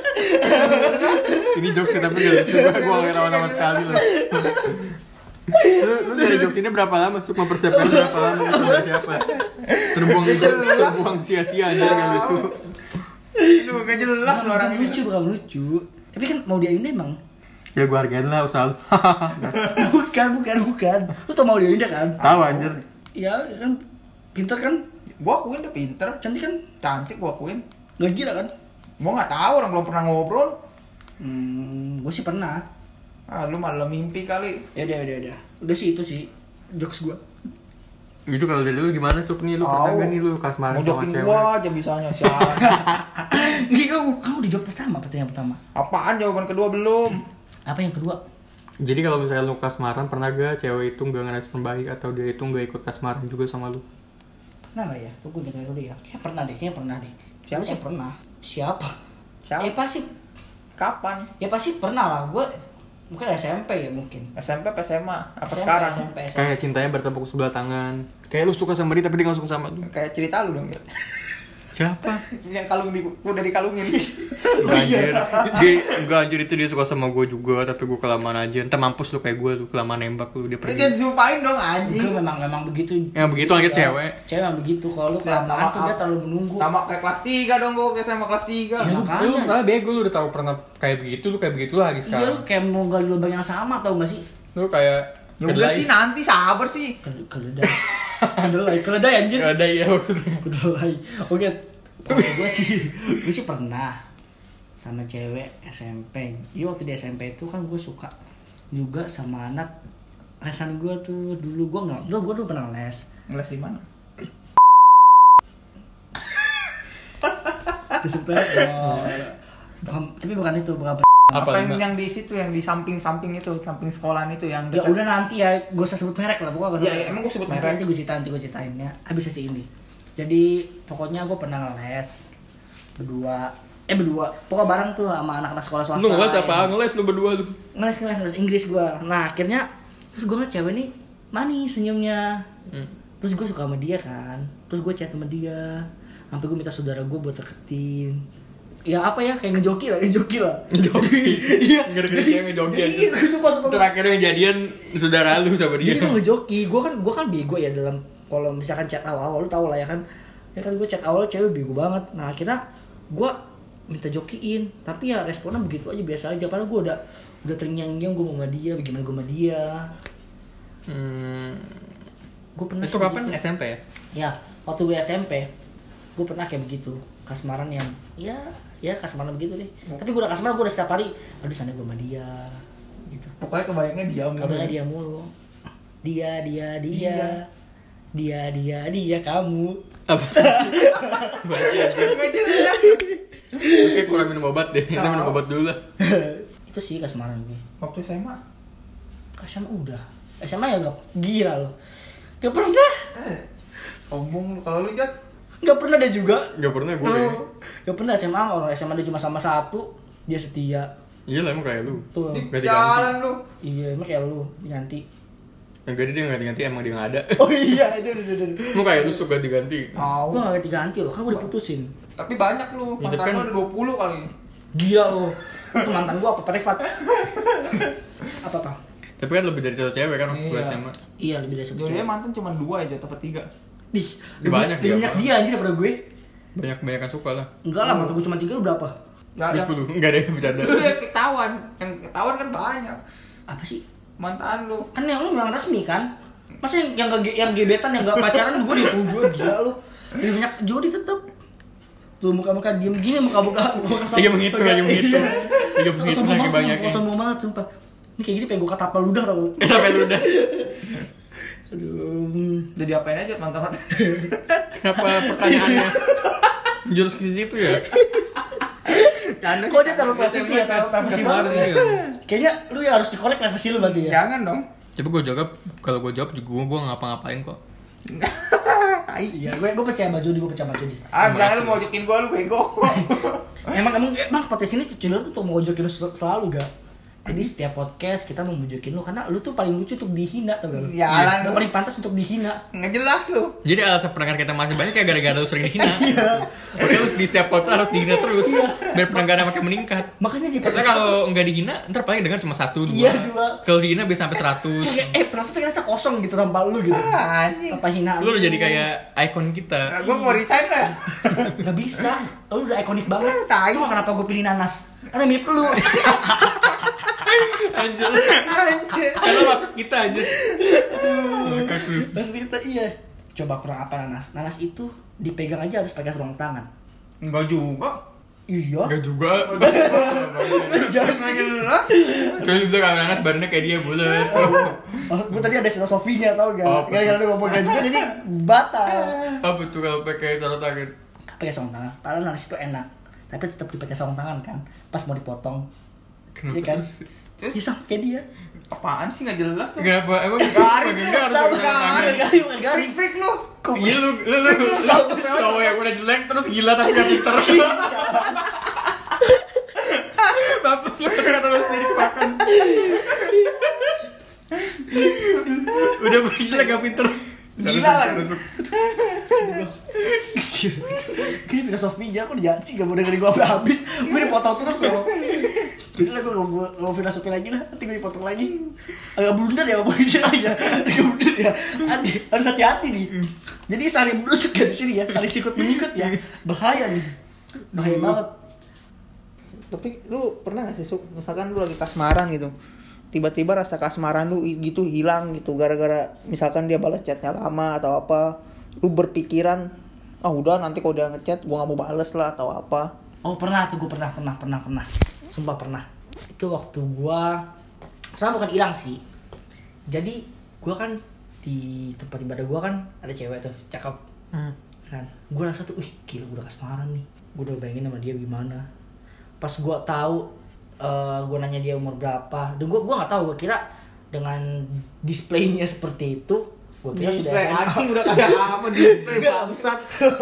Ini jokes tapi gak lucu. Gue gak tahu-tahu sekali loh. Lu, lu dari jokes ini berapa lama? Suk mempersiapkan berapa lama itu dari siapa? Terbuang terbuang sia-sia aja gak lucu.
Itu gak jelas
Bukan
orang ini.
lucu, bukan lucu. Tapi kan mau dia ini emang.
Ya gue hargain lah usaha lu.
bukan, bukan, bukan. Lu tau mau dia ini kan?
Tahu anjir.
Iya kan, pinter kan,
Gua akuin dia pinter,
cantik kan,
cantik gua akuin.
gak gila kan?
Gua nggak tahu, orang belum pernah ngobrol.
Hmm, gue sih pernah.
Ah, lu malah mimpi kali.
Ya udah, udah, udah. Udah sih itu sih jokes gue.
Itu kalau dari lu gimana Suk nih? Lu pernah
Tahu.
gak nih lu kasmaran
Mau
sama
jokin
cewek?
gua aja bisanya sialan.
Ini kamu, kamu di jawab pertama, pertanyaan pertama.
Apaan jawaban kedua belum?
Apa yang kedua?
Jadi kalau misalnya lu kasmaran pernah gak cewek itu gak ngerespon baik atau dia itu gak ikut kasmaran juga sama lu?
Pernah gak ya? Tunggu dengar dulu ya. Kayaknya pernah deh, kayaknya pernah deh.
Siapa?
Gue sih pernah. Siapa?
Siapa?
Ya pasti,
Kapan?
ya pasti pernah lah. Gue mungkin S M P ya mungkin.
S M P apa S M A? Apa
S M P,
sekarang?
S M P, S M P.
Kayak cintanya bertepuk sebelah tangan. Kayak lu suka sama dia tapi dia gak suka sama lu.
Kayak cerita lu dong ya.
Siapa?
Yang kalung di udah dikalungin.
Enggak anjir. Dia enggak anjir itu dia suka sama gue juga tapi gue kelamaan aja. Entar mampus lu kayak gue lu kelamaan nembak lu dia
Jangan
pergi.
disumpahin dong
Gue
anjing.
memang memang begitu.
Yang begitu anjir cewek.
Cewek memang begitu. Kalau lu
Sama-
kelamaan tuh
sama-
dia terlalu menunggu.
Sama kayak kelas tiga dong gua kayak sama kelas tiga.
Ya,
Lu,
makanya.
lu salah bego lu udah tahu pernah kayak begitu lu kayak begitu lagi
Iya lu
sekarang.
kayak mau gali lubang yang sama tau gak sih?
Lu kayak
Ya udah sih nanti sabar sih.
Kele- Keledai. Keledai, keledai anjir.
Gak ada ya maksudnya.
Keledai. Oke. Kalau gue sih, gue sih pernah sama cewek S M P. Jadi waktu di S M P itu kan gue suka juga sama anak lesan gue tuh dulu gue nggak, dulu gue dulu pernah les.
Les di mana?
Di sepele. Oh, bukan, tapi bukan itu, bukan.
Apa,
Apa, yang,
lima?
yang di situ yang di samping-samping itu, samping sekolahan itu yang
Ya
dekat.
udah nanti ya, gue usah sebut merek lah, pokoknya.
Ya, ya, emang gua sebut
Nanti
merek.
Nanti gue ceritain, nanti gue ceritain ya. Habis sesi ini. Jadi pokoknya gue pernah les berdua, eh berdua, pokoknya bareng tuh sama anak-anak sekolah swasta.
Lu ngeles apa? Ngeles lu berdua lu.
Ngeles ngeles ngeles Inggris gue. Nah akhirnya terus gue ngeliat cewek nih manis senyumnya.
Hmm.
Terus gue suka sama dia kan. Terus gue chat sama dia. Sampai gue minta saudara gue buat deketin. Ya apa ya kayak ngejoki lah, ngejoki lah.
Ngejoki.
Iya.
Gara-gara cewek ngejoki aja.
Iya, gue sumpah sumpah.
Terakhirnya jadian saudara lu sama dia.
Jadi gue ngejoki, gue kan gue kan bego ya dalam kalau misalkan chat awal-awal lu tau lah ya kan, ya kan gue chat awal cewek bego banget. Nah akhirnya gue minta jokiin, tapi ya responnya begitu aja biasa aja. Padahal gue udah udah terngiang-ngiang gue mau sama dia, bagaimana gue sama dia.
Hmm.
Gue pernah
Itu
sih
kapan?
begitu.
S M P ya?
Ya waktu gue S M P, gue pernah kayak begitu kasmaran yang ya ya kasmaran begitu deh. Tapi gue udah kasmaran gue udah setiap hari, aduh sana gue sama dia, gitu.
Pokoknya kebayangnya dia mulu.
Kabarnya dia mulu. Dia, dia, dia. Dia, dia, dia, kamu.
Apa? Oke, kurang minum obat deh. Kita minum obat dulu lah.
Itu sih kasmaran gue.
Waktu S M A.
S M A udah. S M A ya gak gila loh. Gak pernah.
Eh, sombong lu. Kalau lu Jat,
Gak pernah dia juga.
Gak pernah gue.
Tuh. Gak pernah S M A, orang S M A dia cuma sama satu, dia setia.
Iya lah emang kayak lu.
Tuh.
di
Ganti-ganti.
jalan lu.
Iya, emang kayak lu diganti.
Yang gede dia ganti-ganti emang dia gak ada.
Oh iya, itu itu itu.
Lu kayak lu suka diganti.
Tahu.
Gue gak ganti-ganti loh, kan gue diputusin.
Tapi banyak lu.
Ya,
Mantan
tapi kan-
lu ada dua puluh kali.
Gila loh. Itu mantan gue apa privat? Apa apa?
Tapi kan lebih dari satu cewek kan waktu
Iya.
S M A.
Iya, lebih dari satu.
Jodohnya
cewek.
mantan cuma dua aja, atau tiga.
Dih,
Banyak
banyak
dia,
banyak
Pak.
dia anjir daripada gue.
Banyak-banyak kan suka lah.
Enggak lah, mantan gue cuma tiga, lu berapa?
Ya,
Di
yang,
sepuluh. Enggak ada yang bercanda.
lu yang ketahuan. Yang ketahuan kan banyak.
Apa sih?
Mantan lu.
Kan yang lu yang resmi kan? Masa yang yang gak, yang gebetan yang gak pacaran gue dihitung juga gila lu. Lebih banyak Jody tetep. Tuh muka-muka diem gini, muka-muka muka
Lagi menghitung, lagi menghitung. Lagi
Sombong
menghitung lagi
banget,
banyaknya.
sombong- Sombong banget sumpah. Ini kayak gini pengen gue katapal ludah tau lu.
Kenapa lu udah?
Aduh.
Udah diapain aja mantan-mantan.
Kenapa pertanyaannya jurus ke situ ya?
Kok dia terlalu privasi ya, terlalu privasi
Kemarin
banget.
iya.
Kayaknya lu yang harus dikorek privasi lu berarti ya.
Jangan dong.
Coba gue jawab, kalau gue jawab juga gue gak ngapa-ngapain kok.
Tai.
Iya, gue gue percaya sama Jody, gue percaya sama Jody.
Ah, berani lu
Makasih.
mau jokin gua lu bego.
Emang emang emang potensi ini cedera tuh untuk mau jokin lu sel- selalu gak? Jadi setiap podcast kita membujukin lu karena lu tuh paling lucu untuk dihina tau gak lu?
Ya, alah,
Dan
lu.
paling pantas untuk dihina.
Nggak jelas lu.
Jadi alasan pendengar kita masih banyak ya gara-gara lu sering dihina. Pokoknya lu di setiap podcast harus dihina terus biar pendengarnya makin meningkat.
Makanya di
Karena
podcast
kalau nggak dihina, ntar paling dengar cuma satu dua.
Iya, dua.
Kalau dihina bisa sampai seratus.
kayak eh penonton tuh ngerasa kosong gitu tanpa lu gitu.
Ah, anjing.
Tanpa hinaan.
Lu udah jadi kayak ikon kita.
Nah, gue mau resign lah.
Gak bisa. Lu udah ikonik banget.
Tai.
Cuma kenapa gue pilih Nanas? Karena mirip lu.
Anjir. Karena maksud kita aja.
Maksud kita iya. Coba kurang apa Nanas? Nanas itu dipegang aja harus pakai sarung tangan.
Enggak juga.
Iya.
Enggak juga.
Jangan nanya jelas.
Kalau bisa kalau nanas badannya kayak dia bulat.
Oh, gue tadi ada filosofinya tau gak?
Oh,
Gara-gara lu ngomong gak juga jadi batal.
Apa tuh kalau pakai sarung tangan?
Pakai sarung tangan. Padahal Nanas itu enak. Tapi tetap dipakai sarung tangan kan. Pas mau dipotong. Iya kan?
Terus
Ya sama kayak dia.
apaan sih nggak jelas lu?
Kenapa? Emang
Garing,
enggak harus
Sama
pakai sarung tangan?
garing, garing, bukan garing.
Freak lu.
Kok
Iya lu, lu, lu, lu, cowok yang udah jelek terus gila tapi gak pinter. Bapak lu kata lu sendiri pakan. Udah jelek gak pinter.
Gila lah.
Gini filosofinya aku udah sih gak mau dengerin gue sampai habis. Gue dipotong terus loh. Jadi lah gue gak mau, gak mau filosofi lagi lah. Nanti gue dipotong lagi. Agak blunder ya ngomongin sini ya. Agak blunder ya. Hati, harus hati-hati nih. Jadi sehari menusuk ya di sini ya. Kali sikut menyikut ya. Bahaya nih. Bahaya banget.
Tapi lu pernah gak sih Suk? Misalkan lu lagi kasmaran gitu, tiba-tiba rasa kasmaran lu i- gitu hilang gitu gara-gara misalkan dia balas chatnya lama atau apa, lu berpikiran ah udah nanti kalau dia ngechat gua gak mau bales lah atau apa.
Oh pernah tuh gue pernah pernah pernah pernah. Sumpah pernah. Itu waktu gue, soalnya bukan hilang sih. Jadi gue kan di tempat ibadah gue kan ada cewek tuh cakep.
Hmm.
Kan gue rasa tuh, wih gila gue udah kasmaran nih. Gue udah bayangin sama dia gimana. Pas gue tahu, uh, gue nanya dia umur berapa. Dan gue gue nggak tahu. Gue kira dengan displaynya seperti itu, gue kira sudah
Display
S M A.
anjing udah kayak apa display
Enggak,
bangsat.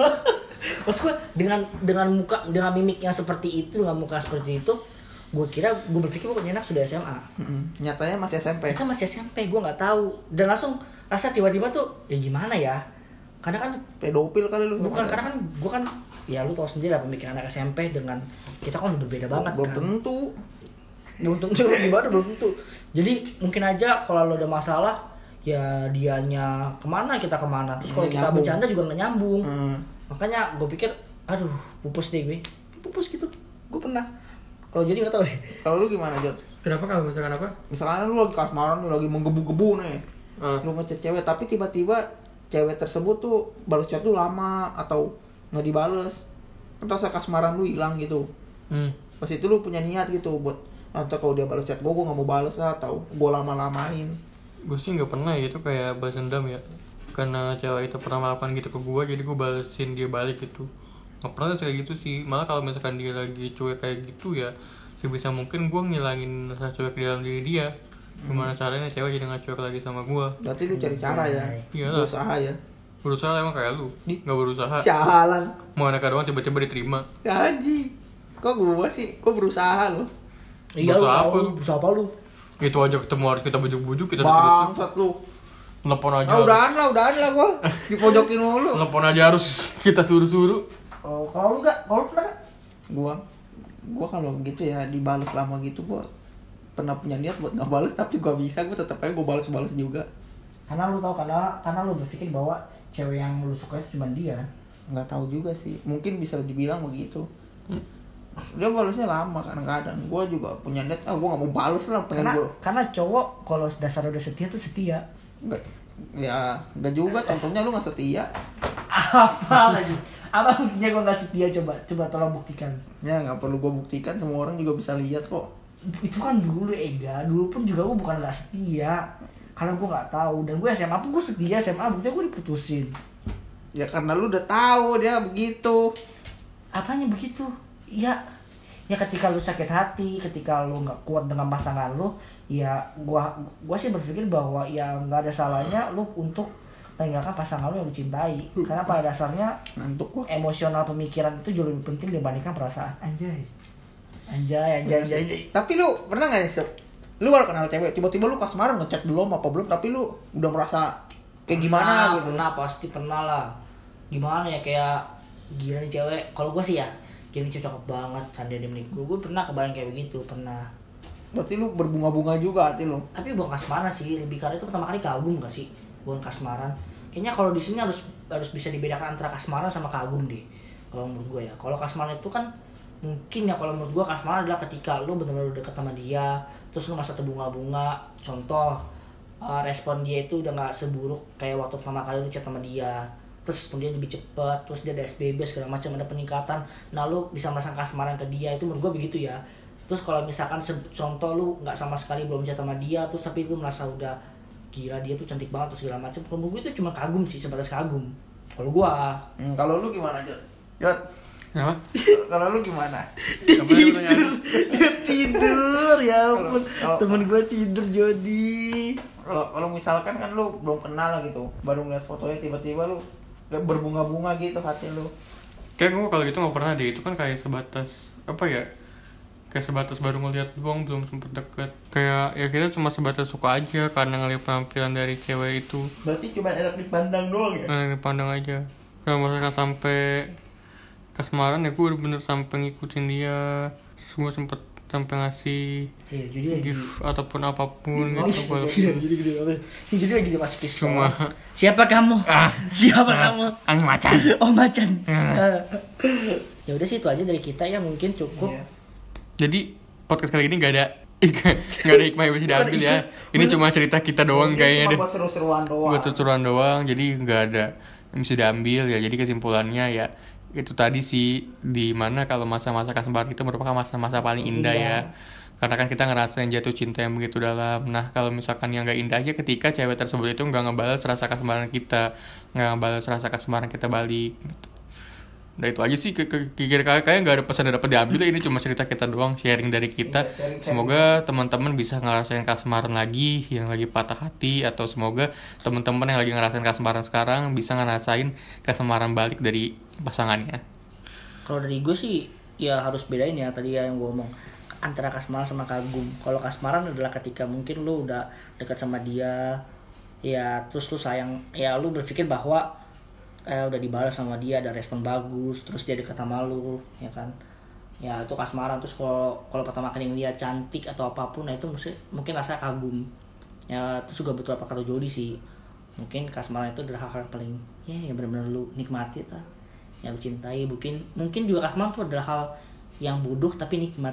Maksud gue dengan dengan muka dengan mimik yang seperti itu, dengan muka seperti itu, gue kira gue berpikir gue anak sudah S M A.
Mm-mm. Nyatanya masih S M P.
Mereka masih S M P, gue nggak tahu. Dan langsung rasa tiba-tiba tuh ya gimana ya? Karena kan
Pedofil kali lu.
bukan karena kan gue kan ya lu tau sendiri lah pemikiran anak S M P dengan kita kan udah berbeda banget
belum
kan.
tentu.
Belum tentu gimana belum tentu. Jadi mungkin aja kalau lo ada masalah ya dianya kemana kita kemana. Terus kalau
Nggak
kita
nyambung.
bercanda juga nggak nyambung.
Hmm.
Makanya gue pikir aduh pupus deh gue. Pupus gitu. Gue pernah. Kalau jadi nggak tahu deh.
Kalau lu gimana Jot?
Kenapa kalau misalkan apa?
Misalkan lu lagi kasmaran, lu lagi menggebu-gebu nih.
Ah.
Lu ngechat cewek tapi tiba-tiba cewek tersebut tuh balas chat lu lama atau nggak dibales. Kan rasa kasmaran lu hilang gitu.
Hmm.
Pas itu lu punya niat gitu buat atau kalau dia balas chat gua, gua nggak mau bales lah atau gua lama-lamain.
Gue sih nggak pernah ya itu kayak balas dendam ya. Karena cewek itu pernah melakukan gitu ke gue, jadi gue balesin dia balik gitu. Nggak pernah kayak gitu sih. Malah kalau misalkan dia lagi cuek kayak gitu ya, sebisa mungkin gue ngilangin rasa cuek di dalam diri dia. Gimana caranya cewek jadi nggak cuek lagi sama gue?
Berarti lu cari cara ya.
Iyalah.
Berusaha ya.
Berusaha emang kayak lu,
Di-
nggak berusaha.
Sialan.
Mau anaknya doang tiba-tiba diterima.
Ya anjing. Kok gua sih? Kok berusaha lu?
Iya lu
Berusaha
tahu
apa?
lu berusaha apa lu?
Itu aja ketemu harus kita bujuk-bujuk, kita desuk-desuk.
Bangsat lu.
Telepon aja.
Ah
harus-
udahan lah, udahan lah gua. Dipojokin mulu.
Telepon aja harus kita suruh-suruh.
Oh, kalau lu enggak, kalau lu pernah enggak?
Gua gua kalau gitu ya dibales lama gitu gua pernah punya niat buat nggak bales tapi gua bisa gua tetap aja gua bales-bales juga.
Karena lu tahu karena karena lu berpikir bahwa cewek yang lu suka itu cuma dia.
Nggak tahu juga sih, mungkin bisa dibilang begitu. Dia balesnya lama kadang-kadang. Gua juga punya niat, ah gua nggak mau bales lah, pengen
Karena
gua.
karena cowok kalau dasar udah setia tuh setia.
Nggak, ya nggak juga. Contohnya lu nggak setia.
Apa lagi? Apa buktinya gua nggak setia coba? Coba tolong buktikan.
Ya nggak perlu gua buktikan, semua orang juga bisa lihat kok.
Itu kan dulu Ega, dulu pun juga gua bukan nggak setia. Karena gua nggak tahu dan gua S M A pun gua setia, S M A buktinya gua diputusin.
Ya karena lu udah tahu dia begitu.
Apanya begitu? Ya, ya ketika lu sakit hati, ketika lu nggak kuat dengan pasangan lu, ya gua gua sih berpikir bahwa ya nggak ada salahnya lu untuk meninggalkan pasangan lu yang lu cintai. Karena pada dasarnya
Ngantuk gua.
emosional pemikiran itu jauh lebih penting dibandingkan perasaan. Anjay. Anjay, anjay, anjay, anjay.
Tapi lu pernah nggak nih Sob, lu baru kenal cewek, tiba-tiba lu kasmaran ngechat belum apa belum, tapi lu udah merasa kayak gimana
pernah,
gitu.
Pernah, pasti pernah lah. Gimana ya, kayak gila nih cewek. Kalau gue sih ya, gini cewek cakep banget, sandi dia milik gue. Gue pernah kebayang kayak begitu, pernah.
Berarti lu berbunga-bunga juga hati lu.
Tapi bukan kasmaran sih, lebih karena itu pertama kali kagum gak sih? Bukan kasmaran. Kayaknya kalau di sini harus harus bisa dibedakan antara kasmaran sama kagum deh. Kalau menurut gue ya. Kalau kasmaran itu kan mungkin ya, kalau menurut gue kasmaran adalah ketika lu benar-benar dekat sama dia, terus lu masa terbunga-bunga. Contoh, uh, respon dia itu udah gak seburuk kayak waktu pertama kali lu chat sama dia. Terus respon dia lebih cepet, terus dia ada S B B segala macam, ada peningkatan. Nah lu bisa merasakan kasmaran ke dia, itu menurut gue begitu ya. Terus kalau misalkan contoh lu nggak sama sekali belum chat sama dia, terus tapi lu merasa udah gila dia tuh cantik banget terus segala macam, kalau gue itu cuma kagum sih, sebatas kagum. Kalau gua,
Hmm, kalau lu gimana, Jod? Jod.
Apa?
Kalau lu gimana?
dia tidur, dia tidur ya ampun.
Kalau-
Temen gua tidur Jody.
Kalau kalau misalkan kan lu belum kenal gitu, baru ngeliat fotonya tiba-tiba lu kayak berbunga-bunga gitu hati lu.
Kayak gue kalau gitu nggak pernah deh, itu kan kayak sebatas apa ya, kayak sebatas baru ngeliat doang, belum sempet deket. Kayak ya kita cuma sebatas suka aja karena ngeliat penampilan dari cewek itu.
Berarti cuma enak dipandang doang ya?
Nah, dipandang aja. Kalau misalkan sampai kasmaran ya gue bener sampai ngikutin dia. Semua sempet sampai ngasih
Iya, jadi lagi.
gift ataupun apapun
Oh,
gitu.
iya,
Iya, jadi gede banget. Ini jadi lagi dimasuki
Cuma
siapa kamu?
ah,
Siapa
ah,
kamu?
angin macan.
Oh macan.
Hmm.
Ya udah sih itu aja dari kita ya, mungkin cukup.
Iya.
Jadi podcast kali ini nggak ada nggak ada hikmah yang bisa diambil ya. Ini cuma cerita kita doang
Ini
kayaknya
cuma
deh.
buat seru-seruan doang.
Buat tuturan doang, jadi nggak ada yang bisa diambil ya. Jadi kesimpulannya ya itu tadi sih, di mana kalau masa-masa kasmaran itu merupakan masa-masa paling indah
Iya.
ya. Karena kan kita ngerasain jatuh cinta yang begitu dalam. Nah kalau misalkan yang nggak indah aja ketika cewek tersebut itu nggak ngebalas rasa kasmaran kita, nggak ngebalas rasa kasmaran kita balik gitu. Nah itu aja sih, ke- ke- kira-kira kayak nggak ada pesan yang dapat diambil. Ini cuma cerita kita doang, sharing dari kita.
Iya, sharing-sharing.
Semoga teman-teman bisa ngerasain kasmaran lagi, yang lagi patah hati, atau semoga teman-teman yang lagi ngerasain kasmaran sekarang bisa ngerasain kasmaran balik dari pasangannya.
Kalau dari gue sih ya harus bedain ya tadi ya yang gue ngomong, antara kasmaran sama kagum. Kalau kasmaran adalah ketika mungkin lu udah dekat sama dia, ya terus lu sayang, ya lu berpikir bahwa eh, udah dibalas sama dia, ada respon bagus, terus dia dekat sama lu, ya kan? Ya itu kasmaran. Terus kalau kalau pertama kali ngeliat cantik atau apapun, nah itu mesti, mungkin rasanya kagum. Ya terus juga betul apa kata Jody sih, mungkin kasmaran itu adalah hal-hal paling ya yang benar-benar lu nikmati lah, yang lu cintai. Mungkin mungkin juga kasmaran itu adalah hal yang bodoh tapi nikmat.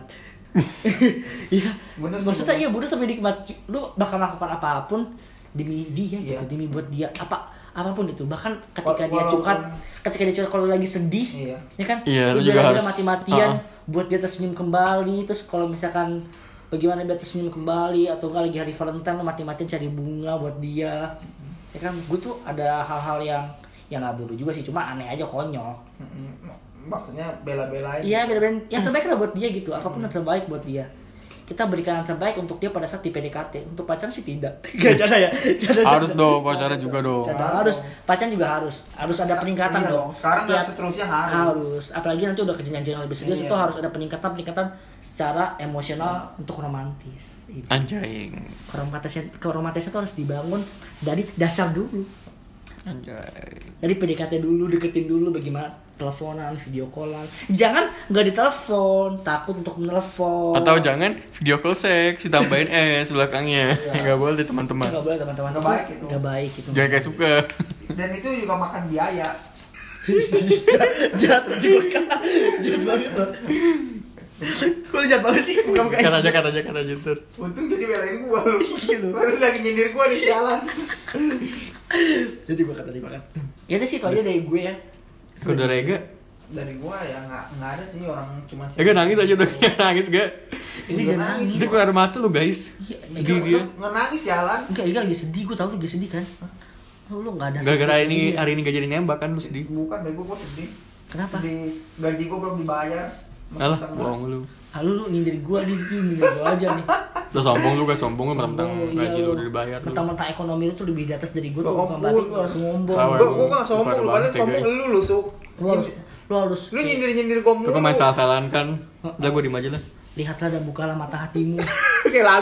Iya,
Bener sih,
maksudnya
bener.
iya bodoh tapi nikmat. Lu bakal melakukan apapun demi dia gitu,
Iya.
demi buat dia, apa apapun itu. Bahkan ketika
Wala-
dia
walaupun-
curhat, ketika dia curhat kalau lagi sedih,
Iya.
ya kan?
Iya, lu
Lu
juga
bela-bela
harus-
mati-matian
uh-uh.
buat dia tersenyum kembali. Terus kalau misalkan bagaimana biar tersenyum kembali, atau enggak lagi hari Valentine lu mati-matian cari bunga buat dia, ya kan? Gue tuh ada hal-hal yang yang nggak bodoh juga sih, cuma aneh aja, konyol.
Mm-mm. Maksudnya bela-belain.
Iya, beda-beda. Yang terbaik lah buat dia gitu. Apapun yang terbaik buat dia. Kita berikan yang terbaik untuk dia pada saat di P D K T. Untuk pacaran sih tidak. Gak ada ya. Canda,
Harus
canda.
dong, pacaran juga dong.
Canda.
Harus.
Harus. Pacaran juga harus. Harus ada peningkatan
Iya
dong.
dong. Sekarang dan
Setiap-
seterusnya harus.
Harus. Apalagi nanti udah ke jenjang-jenjang lebih serius,
Iya.
itu harus ada peningkatan-peningkatan secara emosional untuk romantis. Itu.
Anjay.
Keromantisan, keromantisan itu harus dibangun dari dasar dulu.
Anjay.
Dari P D K T dulu, deketin dulu, bagaimana teleponan, video callan. Jangan nggak ditelepon, takut untuk menelpon.
Atau jangan video call seks ditambahin S belakangnya.
Iya.
Nggak boleh teman-teman.
Nggak boleh teman-teman.
Nggak baik itu.
Nggak baik itu.
Jangan kayak suka.
Dan itu juga makan biaya.
Jahat juga. Jahat banget loh. Kok lu jahat banget sih? Bukan kayak
Kata aja, kata aja, kata aja ntar.
Untung jadi belain gua lu.
Iya, lu.
Baru lagi nyindir gua di jalan.
jadi bakat tadi bakat. Ya udah sih itu aja dari gue ya.
Kalau udah Rega,
Dari gua ya nggak nggak ada sih orang cuma.
Rega nangis aja udah nangis gak?
Ini
Juga
jangan
nangis.
nangis.
Dia keluar mata lu guys.
Iya,
Sedih dia.
Nggak nangis jalan.
Enggak, Iga lagi sedih, gue tau lagi sedih kan. Lu lu enggak ada.
Gara-gara ini hari ini gak jadi nembak kan lu sedih.
Bukan, bego gua sedih.
Kenapa?
Di gaji gua belum dibayar.
Alah,
Maksud gua.
bohong lu.
Ah, lu lu nyindir gua nih, nyindir gua aja nih.
Lo sombong lu gak sombong lu mentang-mentang
Sombong,
gaji
iya,
lu udah dibayar lu.
Mentang-mentang ekonomi lu tuh lebih di atas dari gua tuh,
Oh,
bukan
ampun.
berarti gua harus ngombong.
Tahu ya.
Gua gua nggak sombong,
Pada
lu paling
bangke,
sombong
guys.
lu lu Suk.
Lu harus lu harus
Lu nyindir-nyindir gua mulu.
Tuh kok main salah-salahan kan. Udah gue diem aja lah.
lihatlah dan bukalah mata hatimu.
Kayak lagu.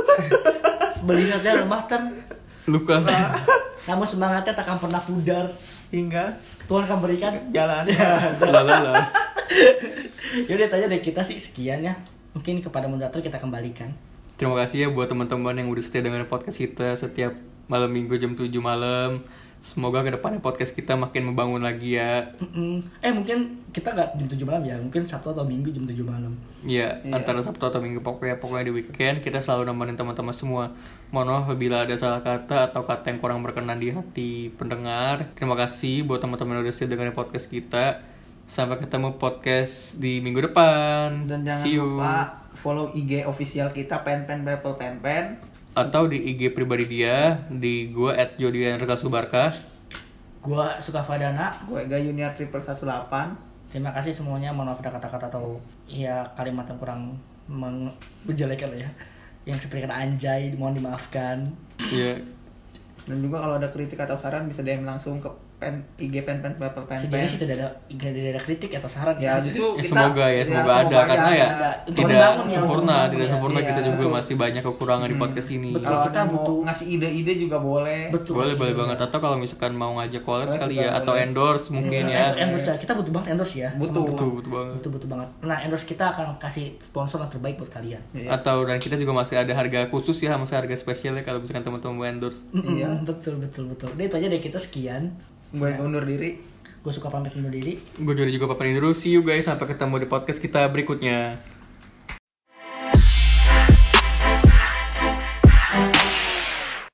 Belihatnya lemah ter.
Luka.
Namun semangatnya tak akan pernah pudar.
Hingga
Tuhan akan berikan
jalan.
Lalala.
Yaudah itu aja dari kita sih, sekian ya. Mungkin kepada moderator kita kembalikan.
Terima kasih ya buat teman-teman yang udah setia dengan podcast kita setiap malam minggu jam tujuh malam. Semoga kedepannya podcast kita makin membangun lagi ya.
Mm-mm. Eh mungkin kita nggak jam tujuh malam ya, mungkin Sabtu atau Minggu jam tujuh malam.
Iya,
Iya.
antara Sabtu atau Minggu pokoknya pokoknya di weekend kita selalu nemenin teman-teman semua. Mohon maaf apabila ada salah kata atau kata yang kurang berkenan di hati pendengar. Terima kasih buat teman-teman yang udah setia dengerin podcast kita. Sampai ketemu podcast di minggu depan.
Dan jangan
See you.
lupa follow I G official kita pen pen purple pen pen.
Atau di I G pribadi dia di gua at jodian rega subarka.
Gua suka Fadana.
Gue Ega Junior triple satu delapan.
Terima kasih semuanya. Mohon maaf ada kata-kata atau ya kalimat yang kurang meng- menjelekan lah ya. Yang seperti kata anjay, mohon dimaafkan.
Iya.
Dan juga kalau ada kritik atau saran bisa D M langsung ke pen I G pen pen purple pen pen.
Sejauh ini sih tidak ada tidak ada kritik atau saran.
Ya
Oh,
justru
Ya,
kita
semoga ya, semoga ada
semoga
karena
aja
ya
ada.
Untuk
tidak
membangun ya,
sempurna,
untuk membangun
tidak
ya.
sempurna
Iya,
kita juga
betul.
masih banyak kekurangan di podcast ini.
Betul.
Kalau
Kita
kita mau
butuh-
ngasih ide-ide juga boleh.
Betul.
Boleh boleh
Betul.
banget atau kalau misalkan mau ngajak collab
Collab
kali
juga
ya atau
boleh.
endorse mungkin
Nah,
ya.
itu endorse ya. Kita butuh banget endorse ya.
Butuh.
Emang
Betul betul banget.
Butuh butuh banget. Nah, endorse kita akan kasih sponsor yang terbaik buat kalian.
Iya.
Atau dan kita juga masih ada harga khusus ya, masih harga spesial ya kalau misalkan teman-teman mau endorse.
Mm-mm,
Iya.
betul betul betul. Udah itu aja dari kita sekian.
Gue undur diri.
Gue suka pamit undur diri.
Gue juga juga papain dulu. See you guys, sampai ketemu di podcast kita berikutnya.